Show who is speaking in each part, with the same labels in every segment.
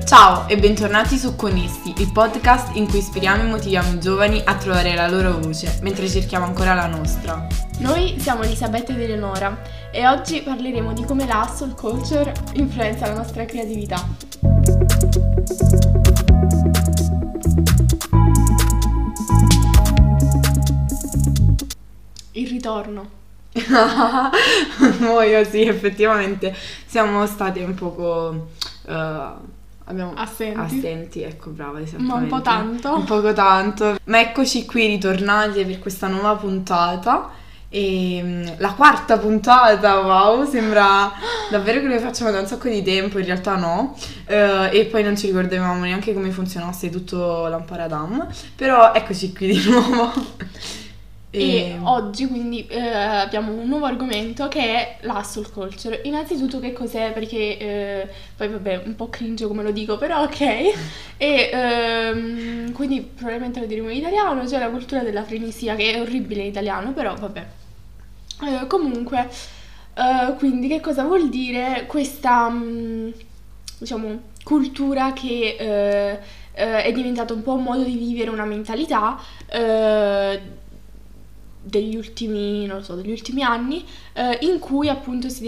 Speaker 1: Ciao e bentornati su Conisti, il podcast in cui ispiriamo e motiviamo i giovani a trovare la loro voce, mentre cerchiamo ancora la nostra.
Speaker 2: Noi siamo Elisabetta ed Eleonora e oggi parleremo di come la hustle culture influenza la nostra creatività. Il ritorno.
Speaker 1: Noi sì, effettivamente siamo state un poco... assenti, ecco, brava, esattamente.
Speaker 2: Ma un po' tanto.
Speaker 1: Un poco tanto. Ma eccoci qui ritornati per questa nuova puntata. E la quarta puntata, wow, sembra davvero che lo facciamo da un sacco di tempo, in realtà no. E poi non ci ricordavamo neanche come funzionasse tutto l'Amparadam. Però eccoci qui di nuovo.
Speaker 2: E oggi quindi abbiamo un nuovo argomento che è la hustle culture. Innanzitutto che cos'è, perché poi vabbè un po' cringe come lo dico, però ok. E quindi probabilmente lo diremo in italiano, cioè la cultura della frenesia, che è orribile in italiano, però vabbè. Comunque, quindi che cosa vuol dire questa diciamo cultura che è diventata un po' un modo di vivere, una mentalità degli ultimi anni, in cui appunto si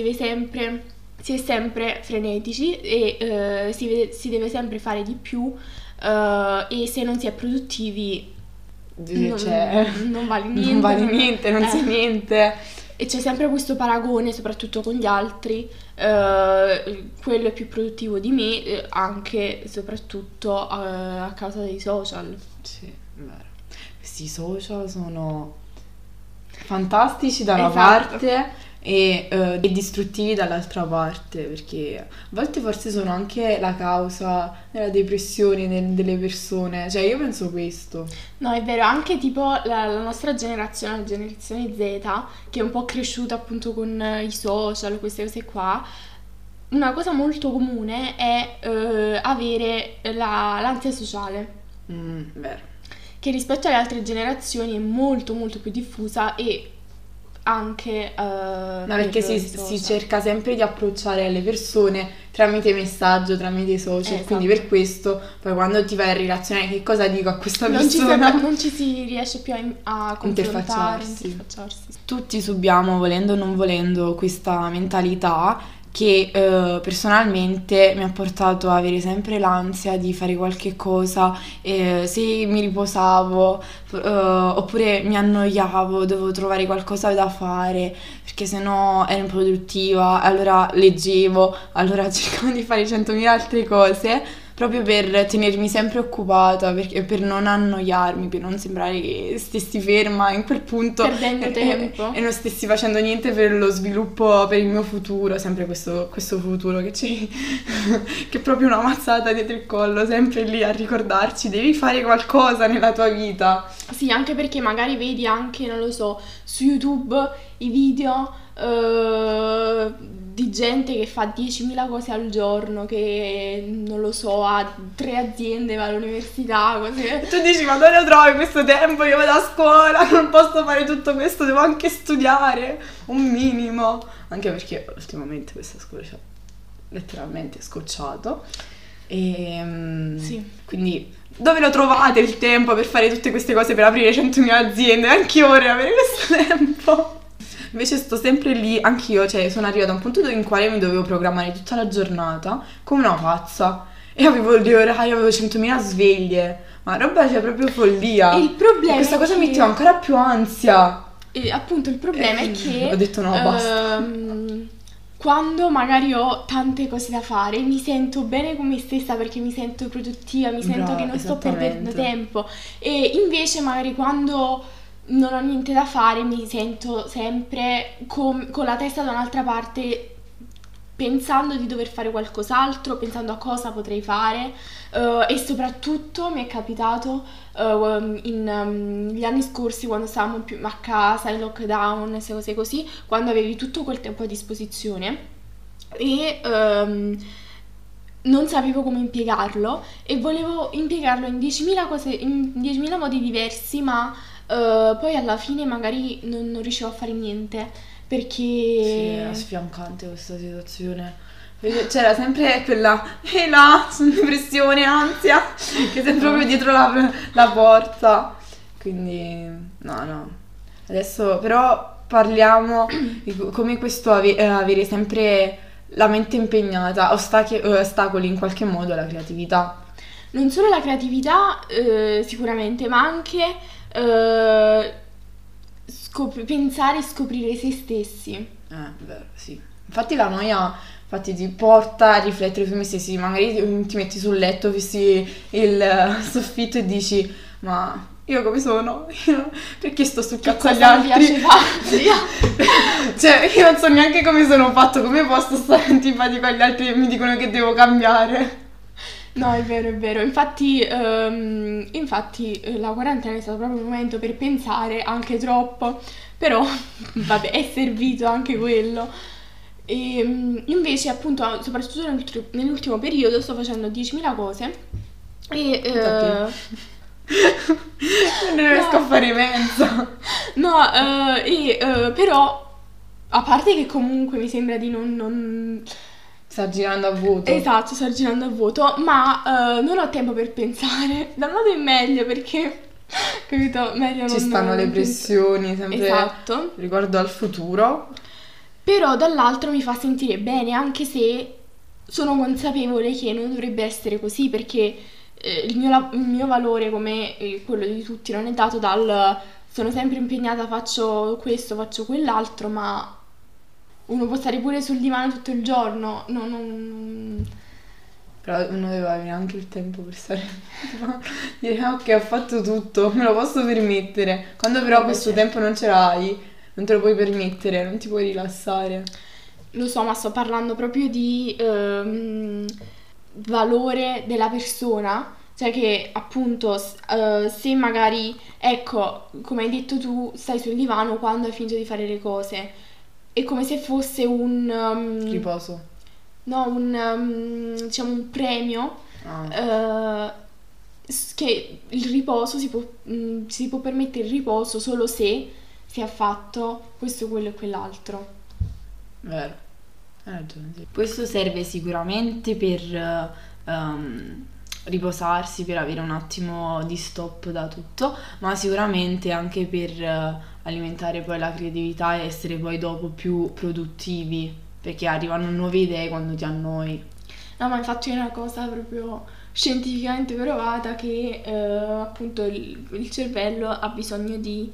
Speaker 2: è sempre frenetici e si deve sempre fare di più, e se non si è produttivi non vale niente,
Speaker 1: non sai niente.
Speaker 2: E c'è sempre questo paragone, soprattutto con gli altri, quello è più produttivo di me, anche e soprattutto a causa dei social.
Speaker 1: Sì, è vero. Questi social sono fantastici da una
Speaker 2: Esatto.
Speaker 1: parte e distruttivi dall'altra parte, perché a volte forse sono anche la causa della depressione delle persone, cioè io penso questo.
Speaker 2: No, è vero, anche tipo la nostra generazione, la generazione Z, che è un po' cresciuta appunto con i social, queste cose qua, una cosa molto comune è avere l'ansia sociale,
Speaker 1: Vero.
Speaker 2: che rispetto alle altre generazioni è molto molto più diffusa e anche
Speaker 1: Ma perché
Speaker 2: per i
Speaker 1: si
Speaker 2: social.
Speaker 1: cerca sempre di approcciare alle persone tramite messaggio, tramite social,
Speaker 2: Esatto.
Speaker 1: quindi per questo poi quando ti vai a relazionare che cosa dico a questa
Speaker 2: non
Speaker 1: persona
Speaker 2: ci si riesce più a confrontare, interfacciarsi.
Speaker 1: Tutti subiamo, volendo o non volendo, questa mentalità che personalmente mi ha portato a avere sempre l'ansia di fare qualche cosa, se mi riposavo oppure mi annoiavo, dovevo trovare qualcosa da fare perché sennò ero improduttiva, allora leggevo, allora cercavo di fare 100.000 altre cose proprio per tenermi sempre occupata, per non annoiarmi, per non sembrare che stessi ferma in quel punto
Speaker 2: Perdendo tempo.
Speaker 1: e non stessi facendo niente per lo sviluppo, per il mio futuro, sempre questo futuro che è proprio una mazzata dietro il collo, sempre lì a ricordarci, devi fare qualcosa nella tua vita.
Speaker 2: Sì, anche perché magari vedi anche, non lo so, su YouTube i video di gente che fa 10.000 cose al giorno, che non lo so, ha 3 aziende, va all'università, cose.
Speaker 1: Tu dici, ma dove lo trovi questo tempo? Io vado a scuola, non posso fare tutto questo, devo anche studiare un minimo. Anche perché ultimamente questa scuola ci ha letteralmente scocciato. E
Speaker 2: Sì.
Speaker 1: quindi dove lo trovate il tempo per fare tutte queste cose, per aprire 100.000 aziende? Anch'io vorrei avere questo tempo. Invece sto sempre lì, anch'io, cioè sono arrivata a un punto in quale mi dovevo programmare tutta la giornata come una pazza e avevo gli orari, avevo 100.000 sveglie, ma roba, c'è proprio follia.
Speaker 2: Il problema
Speaker 1: E questa
Speaker 2: è
Speaker 1: cosa
Speaker 2: che-
Speaker 1: mi metteva ancora più ansia.
Speaker 2: E appunto il problema è che
Speaker 1: Ho detto no, basta.
Speaker 2: quando magari ho tante cose da fare mi sento bene con me stessa perché mi sento produttiva, mi sento
Speaker 1: Brava,
Speaker 2: che non sto perdendo
Speaker 1: esattamente.
Speaker 2: tempo, e invece magari quando non ho niente da fare mi sento sempre con la testa da un'altra parte, pensando di dover fare qualcos'altro, pensando a cosa potrei fare, e soprattutto mi è capitato gli anni scorsi, quando stavamo più a casa, in lockdown, queste cose così, quando avevi tutto quel tempo a disposizione e non sapevo come impiegarlo e volevo impiegarlo in 10.000 cose, in 10.000 modi diversi, ma poi alla fine magari non riuscivo a fare niente
Speaker 1: Sì,
Speaker 2: perché
Speaker 1: è sfiancante questa situazione. Perché c'era sempre quella, e là, sono depressione, ansia, che sei proprio dietro la porta. Quindi, no. Adesso però parliamo di come questo avere sempre la mente impegnata ostacoli in qualche modo la creatività.
Speaker 2: Non solo la creatività, sicuramente, ma anche pensare e scoprire se stessi.
Speaker 1: Vero, sì. Infatti la noia ti porta a riflettere su me stessi, magari ti metti sul letto, fissi il soffitto e dici, ma io come sono? Perché sto sul cazzo agli altri?
Speaker 2: Che cosa mi piace fare?
Speaker 1: Cioè, io non so neanche come sono fatto, come posso stare antipatico agli altri e mi dicono che devo cambiare?
Speaker 2: No, è vero. Infatti, la quarantena è stato proprio un momento per pensare, anche troppo, però vabbè, è servito anche quello. E invece, appunto, soprattutto nell'ultimo periodo sto facendo 10.000 cose e
Speaker 1: non riesco a fare mensa.
Speaker 2: no, però a parte che comunque mi sembra di non
Speaker 1: Sta girando a vuoto.
Speaker 2: esatto, sto girando a vuoto, ma non ho tempo per pensare. Da un lato è meglio perché, capito, meglio
Speaker 1: Ci stanno le pressioni sempre
Speaker 2: esatto,
Speaker 1: riguardo al futuro.
Speaker 2: però dall'altro mi fa sentire bene, anche se sono consapevole che non dovrebbe essere così, perché il mio valore, come quello di tutti, non è dato dal sono sempre impegnata, faccio questo, faccio quell'altro, ma uno può stare pure sul divano tutto il giorno,
Speaker 1: Però uno deve avere anche il tempo per stare dire ok, ho fatto tutto, me lo posso permettere. Quando però questo tempo non ce l'hai, non te lo puoi permettere, non ti puoi rilassare.
Speaker 2: Lo so, ma sto parlando proprio di valore della persona, cioè che appunto se magari, ecco, come hai detto tu, stai sul divano quando hai finito di fare le cose, è come se fosse un
Speaker 1: Riposo.
Speaker 2: no, diciamo un premio, che il riposo si può permettere il riposo solo se si è fatto questo, quello e quell'altro.
Speaker 1: Vero, hai ragione, sì. Questo serve sicuramente per riposarsi, per avere un attimo di stop da tutto, ma sicuramente anche per alimentare poi la creatività e essere poi dopo più produttivi, perché arrivano nuove idee quando ti annoi.
Speaker 2: No, ma infatti è una cosa proprio scientificamente provata che appunto il cervello ha bisogno di,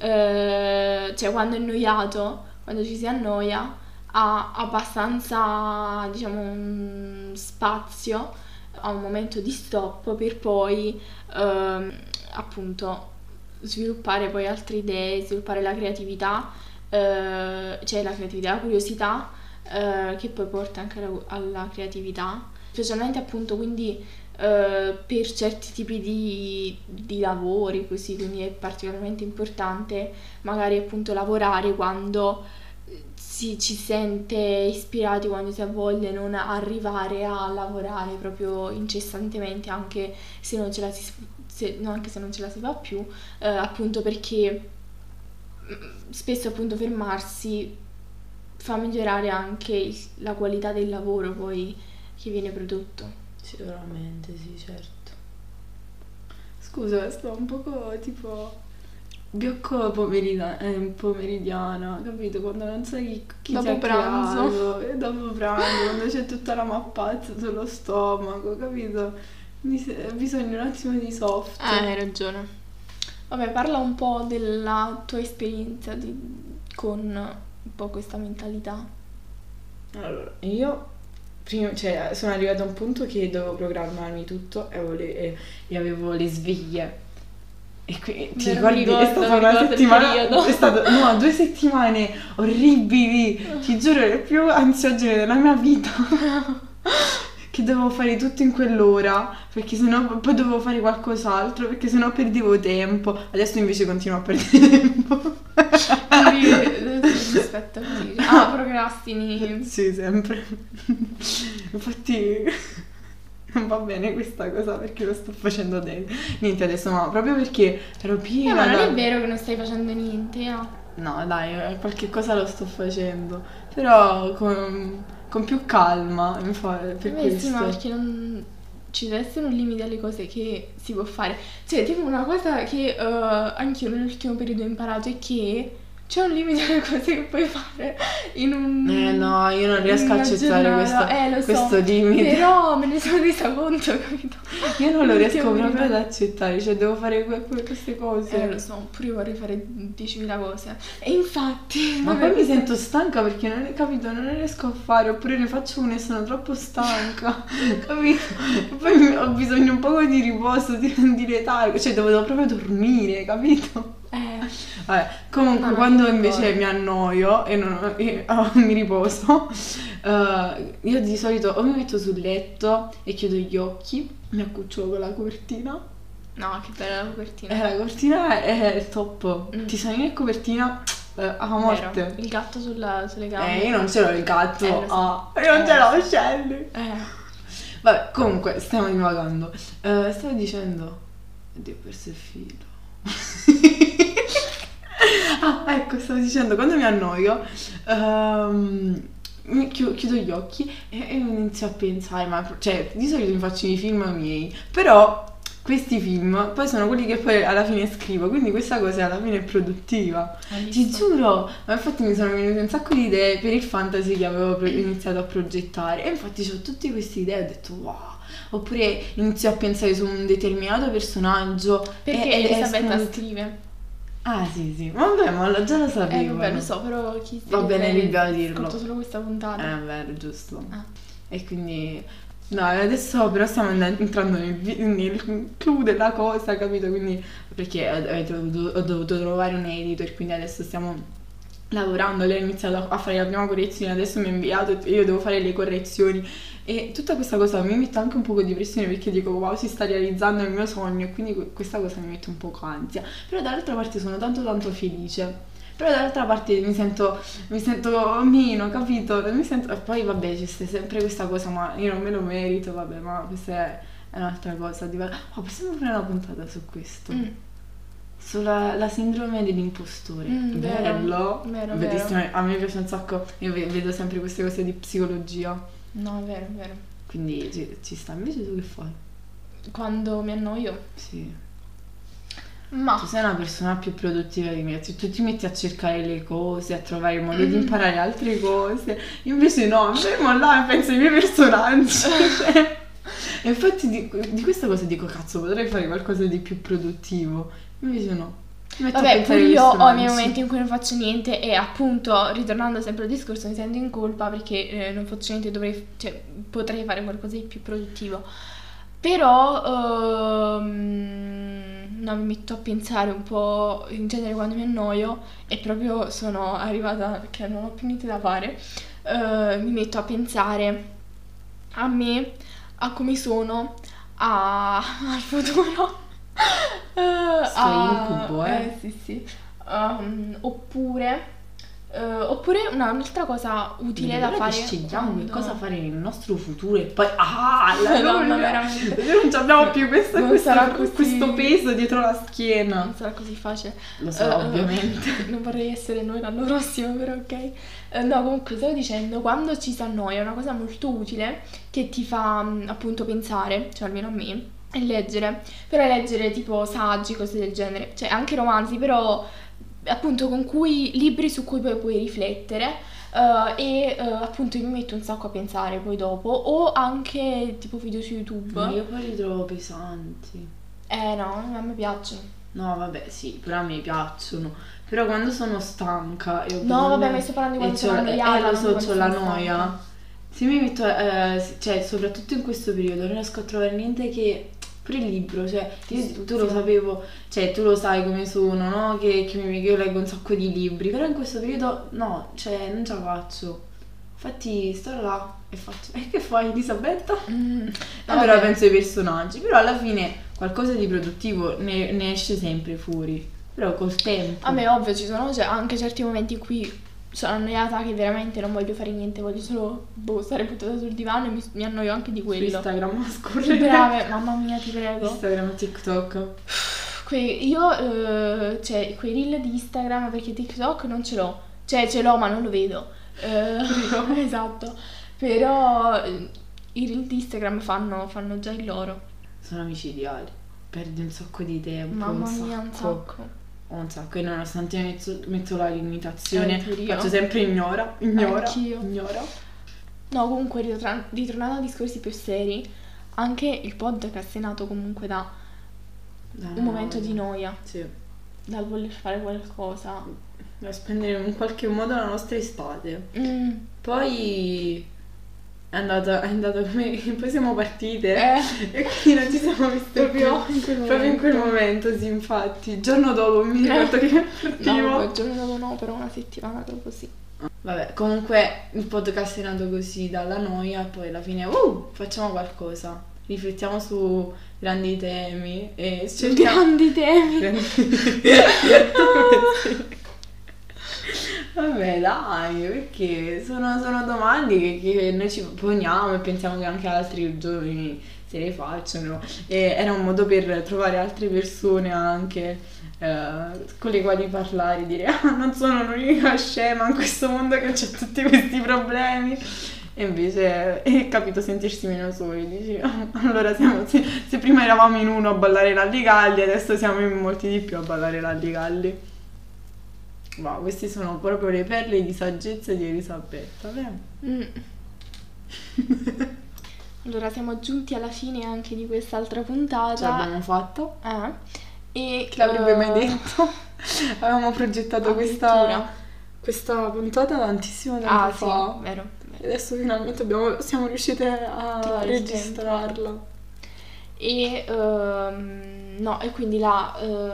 Speaker 2: cioè quando è annoiato, quando ci si annoia, ha abbastanza, diciamo, un spazio, ha un momento di stop per poi appunto sviluppare poi altre idee, sviluppare la creatività, cioè la creatività, la curiosità, che poi porta anche alla creatività, specialmente appunto quindi per certi tipi di lavori così, quindi è particolarmente importante magari appunto lavorare quando ci sente ispirati, quando si ha voglia, non arrivare a lavorare proprio incessantemente anche se non ce la anche se non ce la si fa più, appunto perché spesso appunto fermarsi fa migliorare anche la qualità del lavoro poi che viene prodotto.
Speaker 1: Sicuramente, sì, certo. Scusa, sto un poco tipo biocco pomeridiana, capito? Quando non sai chi
Speaker 2: Dopo
Speaker 1: ti ha
Speaker 2: pranzo.
Speaker 1: creato, e dopo pranzo, quando c'è tutta la mappazza sullo stomaco, capito? Ho bisogno un attimo di soft.
Speaker 2: Hai ragione. Vabbè, parla un po' della tua esperienza con un po' questa mentalità.
Speaker 1: Allora, io prima, cioè, sono arrivata a un punto che dovevo programmarmi tutto e avevo le sveglie. E qui ti ricordi? È stata una settimana. È stato, no, 2 settimane orribili. Ti giuro, le più ansiogene della mia vita. Che dovevo fare tutto in quell'ora, perché sennò poi dovevo fare qualcos'altro, perché sennò perdevo tempo. Adesso invece continuo a perdere tempo.
Speaker 2: Aspetta, procrastini.
Speaker 1: Sì, sempre. Infatti non va bene questa cosa perché lo sto facendo adesso. Niente adesso, ma proprio perché ero piena.
Speaker 2: Ma non è vero che non stai facendo niente,
Speaker 1: No, dai, qualche cosa lo sto facendo. Però con più calma, per
Speaker 2: Beh, sì, ma
Speaker 1: questo.
Speaker 2: perché non ci deve essere un limite alle cose che si può fare. Cioè, tipo una cosa che anch'io nell'ultimo periodo ho imparato è che c'è un limite alle cose che puoi fare in un
Speaker 1: No, io non
Speaker 2: in
Speaker 1: riesco a
Speaker 2: una
Speaker 1: accettare
Speaker 2: giornata. Lo so,
Speaker 1: questo limite.
Speaker 2: però me ne sono resa conto, capito?
Speaker 1: Io non lo riesco
Speaker 2: Nell'ultimo
Speaker 1: proprio ad
Speaker 2: periodo.
Speaker 1: accettare, cioè devo fare queste cose.
Speaker 2: Lo so, pure io vorrei fare 10.000 cose. E infatti,
Speaker 1: Ma
Speaker 2: vabbè,
Speaker 1: poi mi
Speaker 2: questo-
Speaker 1: sento stanca perché non ne capito, non ne riesco a fare, oppure ne faccio una e sono troppo stanca, capito? E poi ho bisogno un po' di riposo, di letargo, cioè devo proprio dormire, capito? Vabbè, comunque
Speaker 2: No,
Speaker 1: quando
Speaker 2: io
Speaker 1: invece
Speaker 2: ricordo.
Speaker 1: mi annoio e mi riposo, io di solito o mi metto sul letto e chiudo gli occhi, mi accuccio con la copertina.
Speaker 2: No, che bella la copertina.
Speaker 1: La copertina è il top.
Speaker 2: Mm.
Speaker 1: Tisanina e copertina a morte.
Speaker 2: Vero, il gatto sulle gambe.
Speaker 1: Io non ce l'ho il gatto.
Speaker 2: Lo so.
Speaker 1: Io non ce l'ho,
Speaker 2: Lo so.
Speaker 1: Shelly. Vabbè, comunque, stiamo divagando. Stavo dicendo. Oddio, ho perso il filo. Ecco, stavo dicendo, quando mi annoio, chiudo gli occhi e inizio a pensare, cioè, di solito mi faccio i film miei, però questi film poi sono quelli che poi alla fine scrivo, quindi questa cosa alla fine è produttiva. Ti giuro, ma infatti mi sono venute un sacco di idee per il fantasy che avevo iniziato a progettare e infatti ho tutte queste idee e ho detto wow. Oppure inizio a pensare su un determinato personaggio
Speaker 2: Perché
Speaker 1: ed
Speaker 2: Elisabetta
Speaker 1: escono
Speaker 2: scrive.
Speaker 1: Ah sì, vabbè, ma già lo sapevo.
Speaker 2: Vabbè, lo so, però chi
Speaker 1: Va bene, dobbiamo dirlo.
Speaker 2: ascolto solo questa puntata.
Speaker 1: Vero, giusto.
Speaker 2: Ah.
Speaker 1: E quindi no, adesso però stiamo entrando nel clou della cosa, capito? Quindi perché ho dovuto trovare un editor, quindi adesso stiamo lavorando, lei ha iniziato a fare la prima correzione, adesso mi ha inviato e io devo fare le correzioni e tutta questa cosa mi mette anche un po' di pressione perché dico wow, si sta realizzando il mio sogno e quindi questa cosa mi mette un po' ansia, però dall'altra parte sono tanto felice, però dall'altra parte mi sento meno, capito? E poi vabbè c'è sempre questa cosa, ma io non me lo merito, vabbè, ma questa è un'altra cosa. Possiamo fare una puntata su questo? Sulla la sindrome dell'impostore. Bello.
Speaker 2: Vero,
Speaker 1: Bellissimo.
Speaker 2: vero.
Speaker 1: A me piace un sacco. Io vedo sempre queste cose di psicologia.
Speaker 2: No, è vero.
Speaker 1: Quindi ci sta. Invece tu che fai?
Speaker 2: Quando mi annoio?
Speaker 1: Sì.
Speaker 2: Ma
Speaker 1: Tu sei una persona più produttiva di me. Tu ti metti a cercare le cose, a trovare il modo di imparare altre cose. Invece no, mi fermo là e penso ai miei personaggi. Cioè, e infatti di questa cosa dico, cazzo, potrei fare qualcosa di più produttivo. Invece no. Mi metto a
Speaker 2: vabbè,
Speaker 1: pensare
Speaker 2: pure
Speaker 1: ai
Speaker 2: io ho i
Speaker 1: personaggi.
Speaker 2: miei momenti in cui non faccio niente e appunto, ritornando sempre al discorso, mi sento in colpa perché non faccio niente, potrei fare qualcosa di più produttivo. Però no, mi metto a pensare un po', in genere quando mi annoio e proprio sono arrivata perché non ho più niente da fare, mi metto a pensare a me, a come sono, al futuro.
Speaker 1: Sto incubo,
Speaker 2: Sì. Oppure un'altra cosa utile da fare.
Speaker 1: Scegliamo che
Speaker 2: quando-
Speaker 1: cosa fare nel nostro futuro e poi la
Speaker 2: No,
Speaker 1: luna.
Speaker 2: veramente.
Speaker 1: Non abbiamo più
Speaker 2: Non sarà così-
Speaker 1: questo peso dietro la schiena.
Speaker 2: Non sarà così facile.
Speaker 1: Lo so, ovviamente.
Speaker 2: Non vorrei essere noi l'anno prossimo, però ok. No, comunque stavo dicendo, quando ci si annoia è una cosa molto utile che ti fa appunto pensare, cioè almeno a me, è leggere. Però leggere tipo saggi, cose del genere, cioè anche romanzi, però appunto libri su cui poi puoi riflettere. Appunto io mi metto un sacco a pensare poi dopo, o anche tipo video su YouTube.
Speaker 1: Ma io poi li trovo pesanti.
Speaker 2: No, a me piacciono.
Speaker 1: No, vabbè, sì, però a me piacciono. Però quando sono stanca e ho
Speaker 2: No,
Speaker 1: bisogno-
Speaker 2: vabbè, ma sto parlando di quando
Speaker 1: e
Speaker 2: sono annoiata,
Speaker 1: lo
Speaker 2: non
Speaker 1: so,
Speaker 2: quando
Speaker 1: c'ho la
Speaker 2: sono
Speaker 1: noia.
Speaker 2: stanca.
Speaker 1: Se mi metto, cioè, soprattutto in questo periodo, non riesco a trovare niente che... Pure il libro, cioè, tu lo sapevo, cioè, tu lo sai come sono, no? Che io leggo un sacco di libri, però in questo periodo, no, cioè, non ce la faccio. Infatti, sto là e faccio... E che fai, Elisabetta?
Speaker 2: No,
Speaker 1: Però
Speaker 2: vabbè.
Speaker 1: penso ai personaggi, però alla fine qualcosa di produttivo ne esce sempre fuori, però col tempo.
Speaker 2: A me ovvio ci sono anche certi momenti in cui sono annoiata che veramente non voglio fare niente, voglio solo stare buttata sul divano e mi annoio anche di
Speaker 1: Su
Speaker 2: quello.
Speaker 1: Instagram a scorrere.
Speaker 2: Brave, mamma mia, ti prego.
Speaker 1: Instagram, TikTok.
Speaker 2: Cioè, quei reel di Instagram, perché TikTok non ce l'ho. Cioè, ce l'ho ma non lo vedo. Esatto. Però i reel di Instagram fanno già il loro.
Speaker 1: Sono micidiali, perdi un sacco di tempo.
Speaker 2: Mamma mia, un sacco.
Speaker 1: Un sacco, e nonostante metto la limitazione,
Speaker 2: pure io.
Speaker 1: faccio sempre ignora.
Speaker 2: Anch'io.
Speaker 1: Ignora.
Speaker 2: No, comunque, ritornando a discorsi più seri, anche il podcast è nato comunque da un momento di noia,
Speaker 1: Sì.
Speaker 2: dal voler fare qualcosa.
Speaker 1: Da spendere in qualche modo la nostra estate. Poi è andata come... Poi siamo partite e quindi non ci siamo viste
Speaker 2: Proprio
Speaker 1: in quel momento, sì, infatti. Il giorno dopo mi ricordo che partivo.
Speaker 2: No, il giorno dopo no, però una settimana dopo sì.
Speaker 1: Vabbè, comunque il podcast è nato così, dalla noia, poi alla fine facciamo qualcosa, riflettiamo su grandi temi e
Speaker 2: Grandi temi.
Speaker 1: Vabbè, dai, perché sono domande che noi ci poniamo e pensiamo che anche altri giovani se le facciano, e era un modo per trovare altre persone anche con le quali parlare, dire non sono l'unica scema in questo mondo che c'ha tutti questi problemi, e invece è capito sentirsi meno soli, dici allora se prima eravamo in uno a ballare l'Alligalli, adesso siamo in molti di più a ballare l'Alligalli. Wow, queste sono proprio le perle di saggezza di Elisabetta, vero?
Speaker 2: Allora siamo giunti alla fine anche di quest'altra puntata.
Speaker 1: Ce l'abbiamo fatta.
Speaker 2: E
Speaker 1: Chi l'avrebbe mai detto? Avevamo progettato questa puntata tantissimo tempo fa.
Speaker 2: Sì, vero.
Speaker 1: E adesso finalmente siamo riuscite a registrarla.
Speaker 2: E no, e quindi la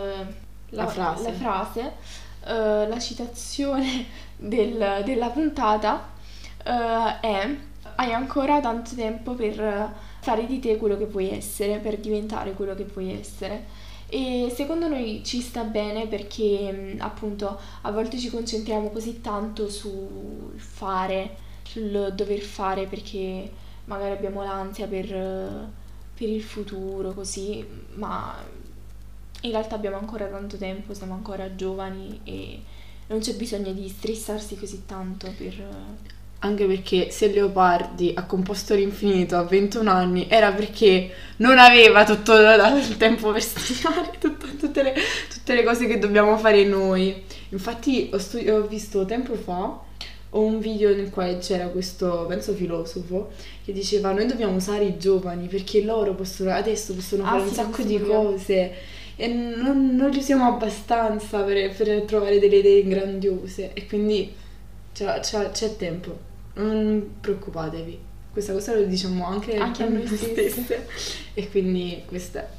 Speaker 2: frase, la citazione della puntata è: hai ancora tanto tempo per fare di te quello che puoi essere, per diventare quello che puoi essere. E secondo noi ci sta bene perché appunto a volte ci concentriamo così tanto sul fare, sul dover fare, perché magari abbiamo l'ansia per il futuro, così, ma in realtà abbiamo ancora tanto tempo, siamo ancora giovani e non c'è bisogno di stressarsi così tanto per...
Speaker 1: Anche perché se Leopardi ha composto l'Infinito a 21 anni era perché non aveva tutto il tempo per studiare tutte le cose che dobbiamo fare noi. Infatti ho visto tempo fa un video nel quale c'era questo, penso, filosofo che diceva: noi dobbiamo usare i giovani perché loro adesso possono fare un sacco di cose e non li usiamo abbastanza per trovare delle idee grandiose, e quindi c'è tempo, non preoccupatevi. Questa cosa lo diciamo anche
Speaker 2: a noi stesse.
Speaker 1: E quindi questo è.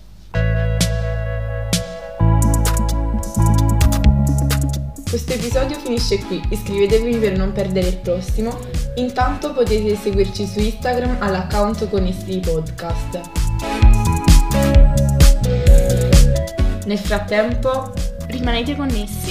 Speaker 1: Questo episodio finisce qui, iscrivetevi per non perdere il prossimo. Intanto potete seguirci su Instagram all'account Connessi Podcast. Nel frattempo
Speaker 2: rimanete connessi.